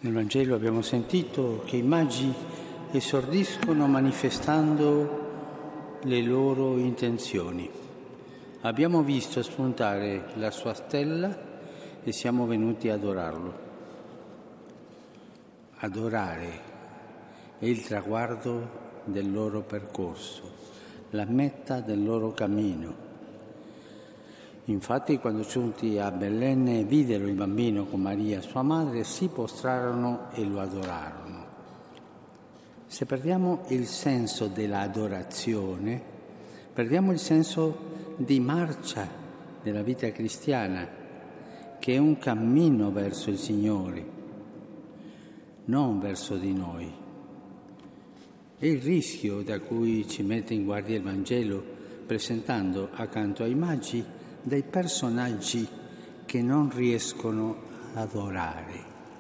Nel Vangelo abbiamo sentito che i magi esordiscono manifestando le loro intenzioni. Abbiamo visto spuntare la sua stella e siamo venuti ad adorarlo. Adorare è il traguardo del loro percorso, la meta del loro cammino. Infatti, quando giunti a Betlemme videro il bambino con Maria, sua madre, si postrarono e lo adorarono. Se perdiamo il senso dell'adorazione, perdiamo il senso di marcia della vita cristiana, che è un cammino verso il Signore, non verso di noi. È il rischio da cui ci mette in guardia il Vangelo, presentando accanto ai magi dei personaggi che non riescono ad adorare.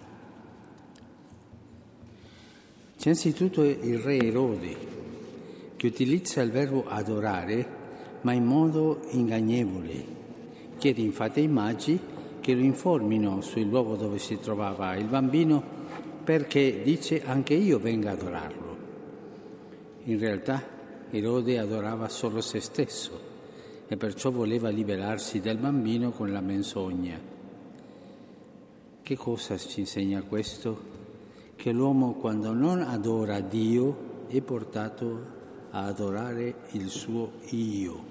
C'è anzitutto il re Erode, che utilizza il verbo adorare, ma in modo ingannevole. Chiede infatti ai magi che lo informino sul luogo dove si trovava il bambino, perché dice anche io venga ad adorarlo. In realtà Erode adorava solo se stesso e perciò voleva liberarsi del bambino con la menzogna. Che cosa ci insegna questo? Che l'uomo, quando non adora Dio, è portato a adorare il suo io.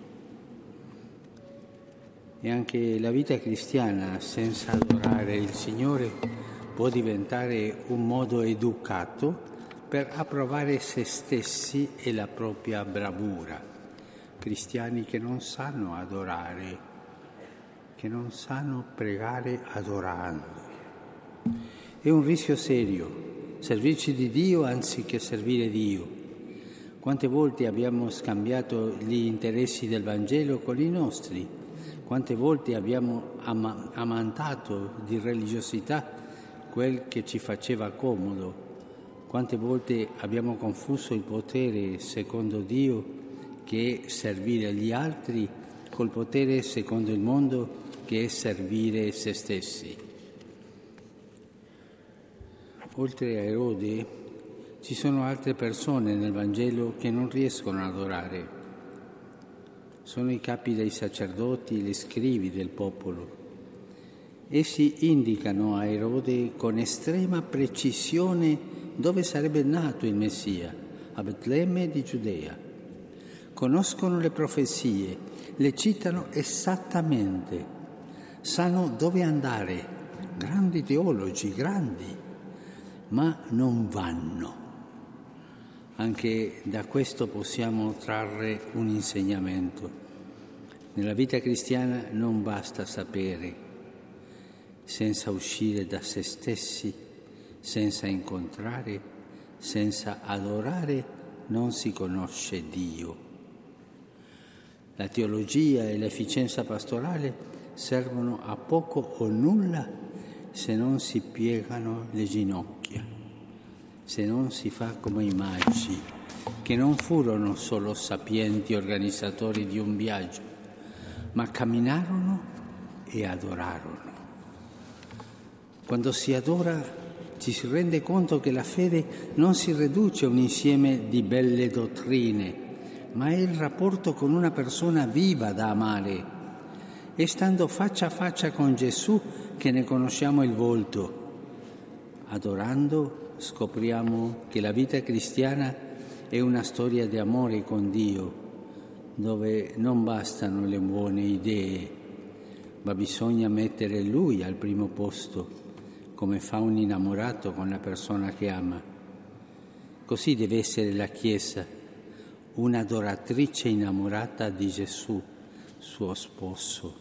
E anche la vita cristiana senza adorare il Signore può diventare un modo educato per approvare se stessi e la propria bravura. Cristiani che non sanno adorare, che non sanno pregare adorando. È un rischio serio, servirci di Dio anziché servire Dio. Quante volte abbiamo scambiato gli interessi del Vangelo con i nostri? Quante volte abbiamo amantato di religiosità quel che ci faceva comodo? Quante volte abbiamo confuso il potere secondo Dio, che è servire gli altri, col potere secondo il mondo, che è servire se stessi. Oltre a Erode, ci sono altre persone nel Vangelo che non riescono ad adorare. Sono i capi dei sacerdoti, gli scribi del popolo. Essi indicano a Erode con estrema precisione dove sarebbe nato il Messia, a Betlemme di Giudea. Conoscono le profezie, le citano esattamente, sanno dove andare, grandi teologi, grandi, ma non vanno. Anche da questo possiamo trarre un insegnamento. Nella vita cristiana non basta sapere, senza uscire da se stessi, senza incontrare, senza adorare, non si conosce Dio. La teologia e l'efficienza pastorale servono a poco o nulla se non si piegano le ginocchia, se non si fa come i magi, che non furono solo sapienti organizzatori di un viaggio, ma camminarono e adorarono. Quando si adora ci si rende conto che la fede non si riduce a un insieme di belle dottrine, ma è il rapporto con una persona viva da amare. È stando faccia a faccia con Gesù che ne conosciamo il volto. Adorando scopriamo che la vita cristiana è una storia di amore con Dio, dove non bastano le buone idee, ma bisogna mettere Lui al primo posto, come fa un innamorato con la persona che ama. Così deve essere la Chiesa, un'adoratrice innamorata di Gesù, suo sposo.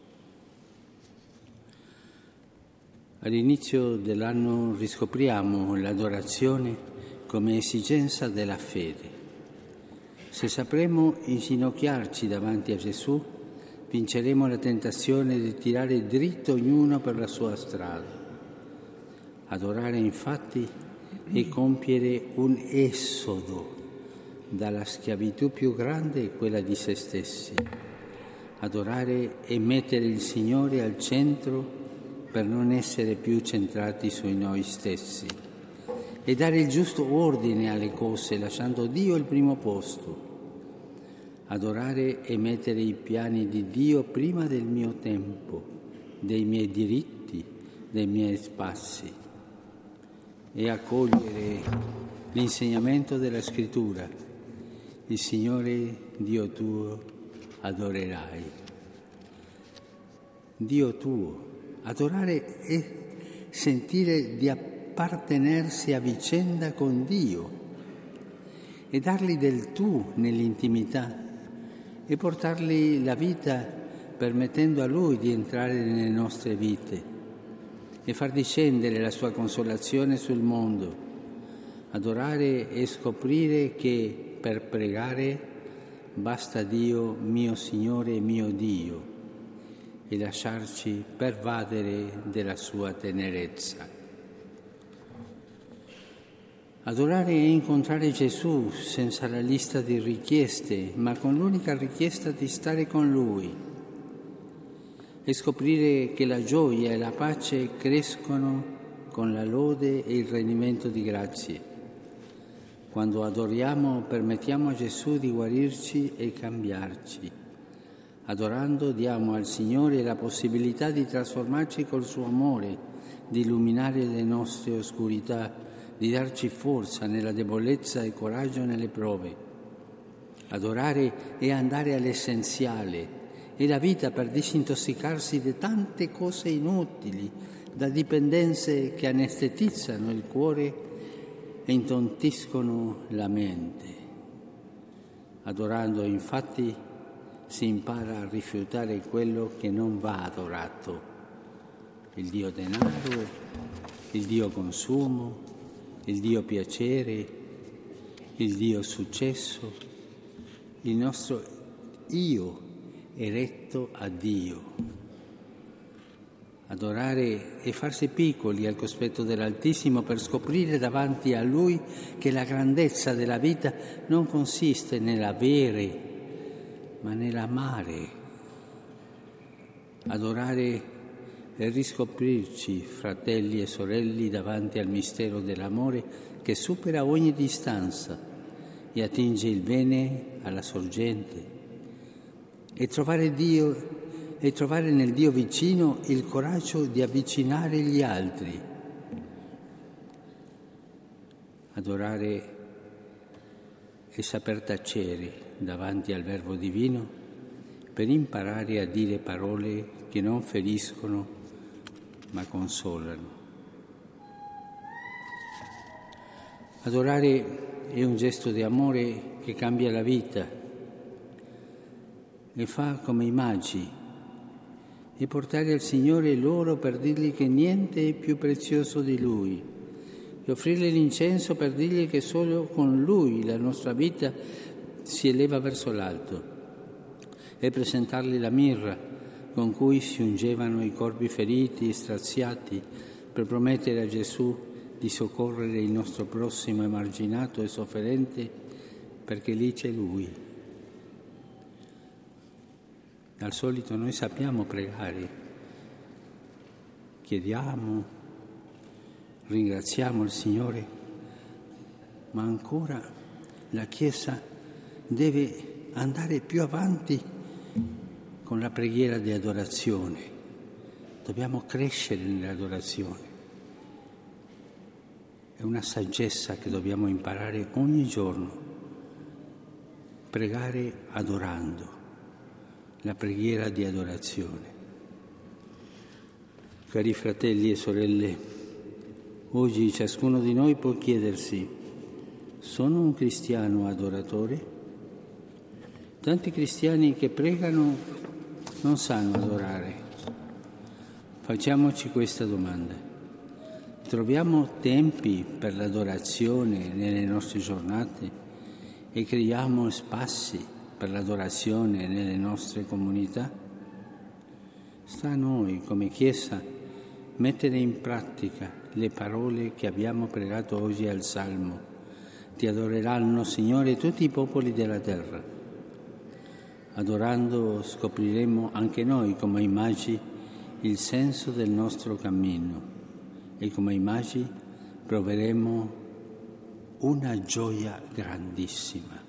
All'inizio dell'anno riscopriamo l'adorazione come esigenza della fede. Se sapremo inginocchiarci davanti a Gesù, vinceremo la tentazione di tirare dritto ognuno per la sua strada. Adorare, infatti, è compiere un esodo dalla schiavitù più grande, quella di se stessi. Adorare è mettere il Signore al centro per non essere più centrati su noi stessi e dare il giusto ordine alle cose, lasciando Dio al primo posto. Adorare e mettere i piani di Dio prima del mio tempo, dei miei diritti, dei miei spazi, e accogliere l'insegnamento della Scrittura. Il Signore Dio tuo adorerai. Dio tuo. Adorare è sentire di appartenersi a vicenda con Dio e dargli del tu nell'intimità e portargli la vita permettendo a Lui di entrare nelle nostre vite e far discendere la sua consolazione sul mondo. Adorare e scoprire che per pregare basta Dio, mio Signore e mio Dio, e lasciarci pervadere della sua tenerezza. Adorare è incontrare Gesù senza la lista di richieste, ma con l'unica richiesta di stare con Lui e scoprire che la gioia e la pace crescono con la lode e il rendimento di grazie. Quando adoriamo permettiamo a Gesù di guarirci e cambiarci. Adorando diamo al Signore la possibilità di trasformarci col suo amore, di illuminare le nostre oscurità, di darci forza nella debolezza e coraggio nelle prove. Adorare è andare all'essenziale, è la vita per disintossicarsi di tante cose inutili, da dipendenze che anestetizzano il cuore e intontiscono la mente. Adorando, infatti, si impara a rifiutare quello che non va adorato, il Dio denaro, il Dio consumo, il Dio piacere, il Dio successo, il nostro io eretto a Dio. Adorare e farsi piccoli al cospetto dell'Altissimo per scoprire davanti a Lui che la grandezza della vita non consiste nell'avere, ma nell'amare. Adorare e riscoprirci fratelli e sorelle davanti al mistero dell'amore che supera ogni distanza e attinge il bene alla sorgente, e trovare nel Dio vicino il coraggio di avvicinare gli altri. Adorare e saper tacere davanti al Verbo divino per imparare a dire parole che non feriscono ma consolano. Adorare è un gesto di amore che cambia la vita e fa come i magi, e portare al Signore l'oro per dirgli che niente è più prezioso di Lui, e offrirgli l'incenso per dirgli che solo con Lui la nostra vita si eleva verso l'alto, e presentargli la mirra con cui si ungevano i corpi feriti e straziati per promettere a Gesù di soccorrere il nostro prossimo emarginato e sofferente, perché lì c'è Lui. Al solito noi sappiamo pregare, chiediamo, ringraziamo il Signore, ma ancora la Chiesa deve andare più avanti con la preghiera di adorazione. Dobbiamo crescere nell'adorazione. È una saggezza che dobbiamo imparare ogni giorno. Pregare adorando. La preghiera di adorazione. Cari fratelli e sorelle, oggi ciascuno di noi può chiedersi: sono un cristiano adoratore? Tanti cristiani che pregano non sanno adorare. Facciamoci questa domanda. Troviamo tempi per l'adorazione nelle nostre giornate e creiamo spazi per l'adorazione nelle nostre comunità? Sta a noi, come Chiesa, mettere in pratica le parole che abbiamo pregato oggi al Salmo. Ti adoreranno, Signore, tutti i popoli della terra. Adorando scopriremo anche noi, come i magi, il senso del nostro cammino e come i magi proveremo una gioia grandissima.